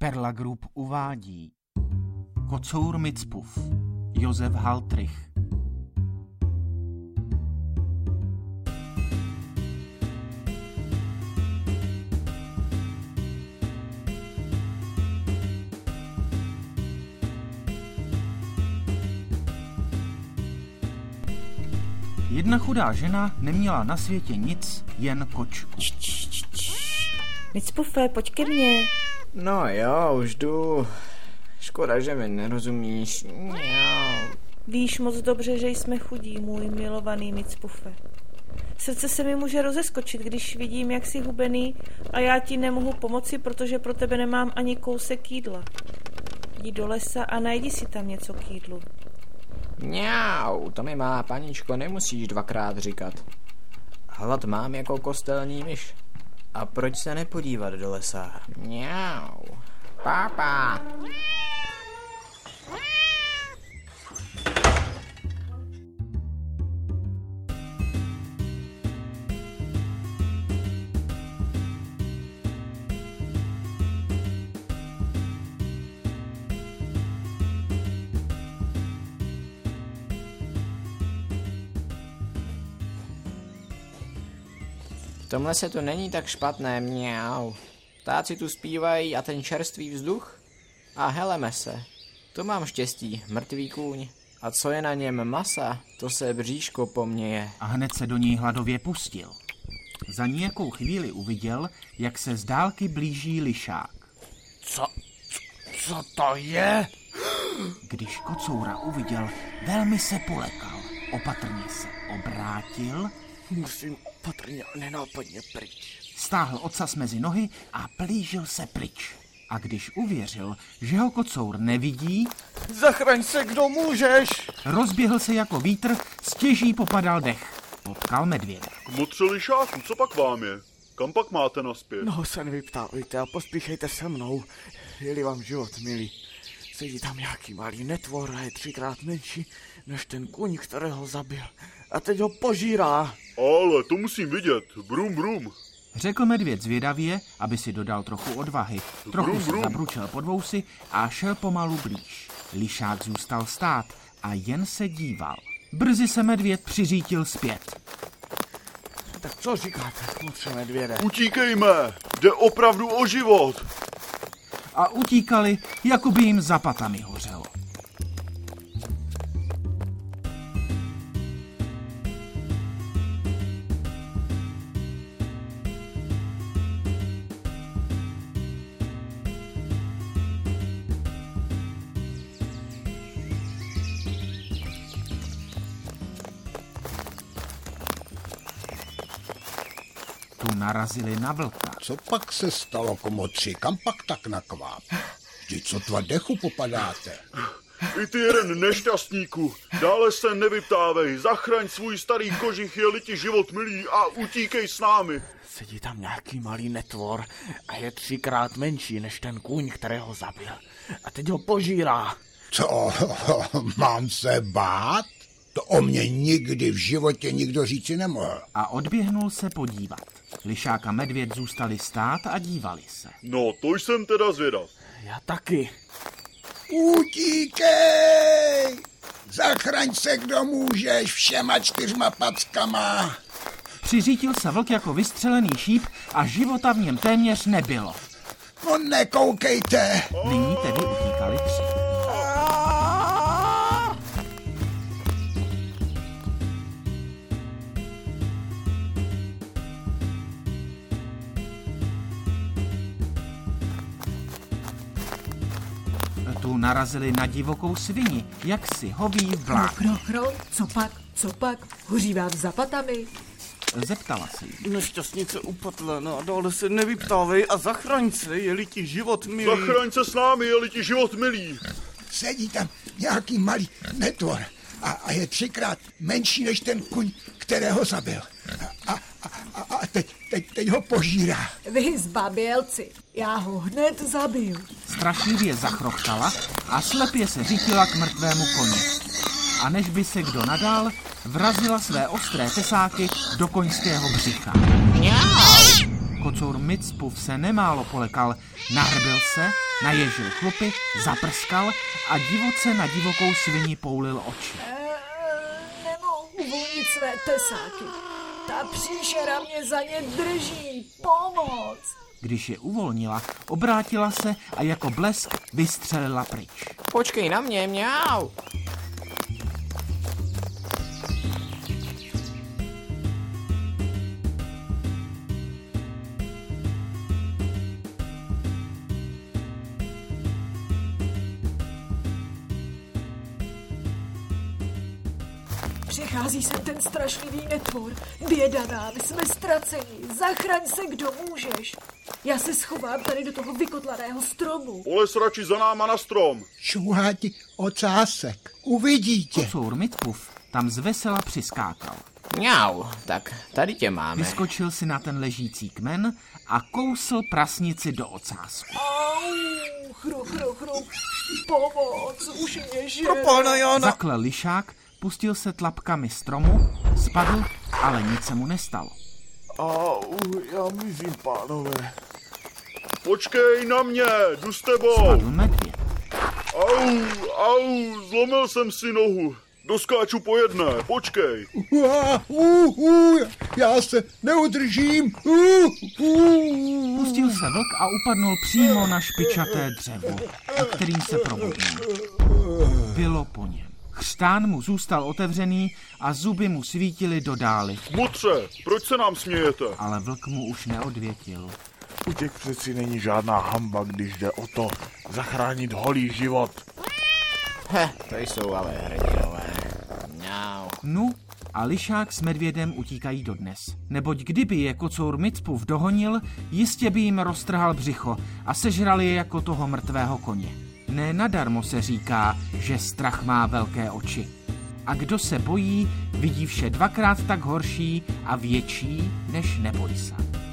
Perla Group uvádí Kocour Micpuf, Josef Haltrich. Jedna chudá žena neměla na světě nic, jen kočku. Micpufe, pojď ke mně. No jo, už jdu. Škoda, že mi nerozumíš. Víš moc dobře, že jsme chudí, můj milovaný Micpufe. Srdce se mi může rozeskočit, když vidím, jak jsi hubený a já ti nemohu pomoci, protože pro tebe nemám ani kousek jídla. Jdi do lesa a najdi si tam něco k jídlu. Mňau, to mi má paničko, nemusíš dvakrát říkat. Hlad mám jako kostelní myš. A proč se nepodívat do lesa? Mňau. Pápa. V tomhle se to není tak špatné, mňau. Ptáci tu zpívají a ten čerstvý vzduch? A heleme se. To mám štěstí, mrtvý kůň. A co je na něm masa, to se bříško poměje. A hned se do něj hladově pustil. Za nějakou chvíli uviděl, jak se z dálky blíží lišák. Co to je? Když kocoura uviděl, velmi se polekal. Opatrně se obrátil. Musím opatrně a nenápadně pryč. Stáhl ocas mezi nohy a plížil se pryč. A když uvěřil, že ho kocour nevidí, Zachraň se, kdo můžeš! rozběhl se jako vítr, stěží popadal dech. Potkal medvěda. Kmotře lišáku, co pak vám je? Kam pak máte naspět? No se nevyptávejte a pospíchejte se mnou, je-li vám život milý. Sedí tam nějaký malý netvor a je 3krát menší než ten kůň, kterého zabil. A teď ho požírá. Ale to musím vidět. Brum, brum. Řekl medvěd zvědavě, aby si dodal trochu odvahy. Trochu se zabručel pod vousy a šel pomalu blíž. Lišák zůstal stát a jen se díval. Brzy se medvěd přiřítil zpět. Tak co říkáte, kmotře medvěde? Utíkejme, jde opravdu o život. A utíkali, jako by jim za patami hořelo. Tu narazili na vlka. Co pak se stalo, komotři? Kam pak tak nakváp? Vždyť sotva dechu popadáte. I ty jeden nešťastníku. Dále se nevyptávej. Zachraň svůj starý kožich, je-li ti život milý, a utíkej s námi. Sedí tam nějaký malý netvor a je 3krát menší než ten kůň, kterého zabil. A teď ho požírá. Co? Mám se bát? To o mě nikdy v životě nikdo říci nemohl. A odběhnul se podívat. Lišák a medvěd zůstali stát a dívali se. No, to jsem teda zvědav. Já taky. Utíkej! Zachraň se, kdo můžeš, všema 4 packama. Přiřítil se vlk jako vystřelený šíp a života v něm téměř nebylo. No nekoukejte! Nyní tedy utíkali 3. Tu narazili na divokou svini, jak si hoví vlak. Kro, co pak, hoří vám za patami? Zeptala se jí. Nešťastnice upatla, no a dále se nevyptávej a zachraň se, je-li ti život milý. Zachraň se s námi, je-li ti život milý. Sedí tam nějaký malý netvor a je 3krát menší než ten kuň, kterého zabil. A teď ho požírá. Vy zbabělci, já ho hned zabiju. Strašlivě zachrochtala a slepě se řítila k mrtvému koni. A než by se kdo nadal, vrazila své ostré tesáky do koňského břicha. Kocour Micpuf se nemálo polekal, nahrbil se, naježil chlupy, zaprskal a divoce na divokou svini poulil oči. Nemohu uvolnit své tesáky. Ta příšera mě za ně drží. Pomoc! Když je uvolnila, obrátila se a jako blesk vystřelila pryč. Počkej na mě, mňau. Přechází sem ten strašlivý netvor. Běda nám, jsme ztraceni. Zachraň se, kdo můžeš. Já se schovám tady do toho vykotlaného stromu. Poles radši za náma na strom. Šouhá ti ocásek. Uvidíte. Kocour Micpuf tam zvesela přiskákal. Mňau, tak tady tě máme. Vyskočil si na ten ležící kmen a kousl prasnici do ocásku. Au, chrup. Pomoc, už mě žere. Pro pána Jana. Zaklel lišák, pustil se tlapkami stromu, spadl, ale nic se mu nestalo. Já mizím, pánové. Počkej na mě, jdu s tebou. Spadl medvěd. Au, zlomil jsem si nohu. Doskáču po jedné, počkej. Já se neudržím. Pustil se vlk a upadnul přímo na špičaté dřevo, na kterým se probudil. Bylo po něm. Chřtán mu zůstal otevřený a zuby mu svítily do dály. Mutře, proč se nám smějete? Ale vlk mu už neodvětil. Utěk přeci není žádná hamba, když jde o to zachránit holý život. To jsou ale hrdinové. Mňau. Nu a lišák s medvědem utíkají dodnes. Neboť kdyby je Kocour Micpuf dohonil, jistě by jim roztrhal břicho a sežrali je jako toho mrtvého koně. Ne nadarmo se říká, že strach má velké oči. A kdo se bojí, vidí vše dvakrát tak horší a větší než neboj se.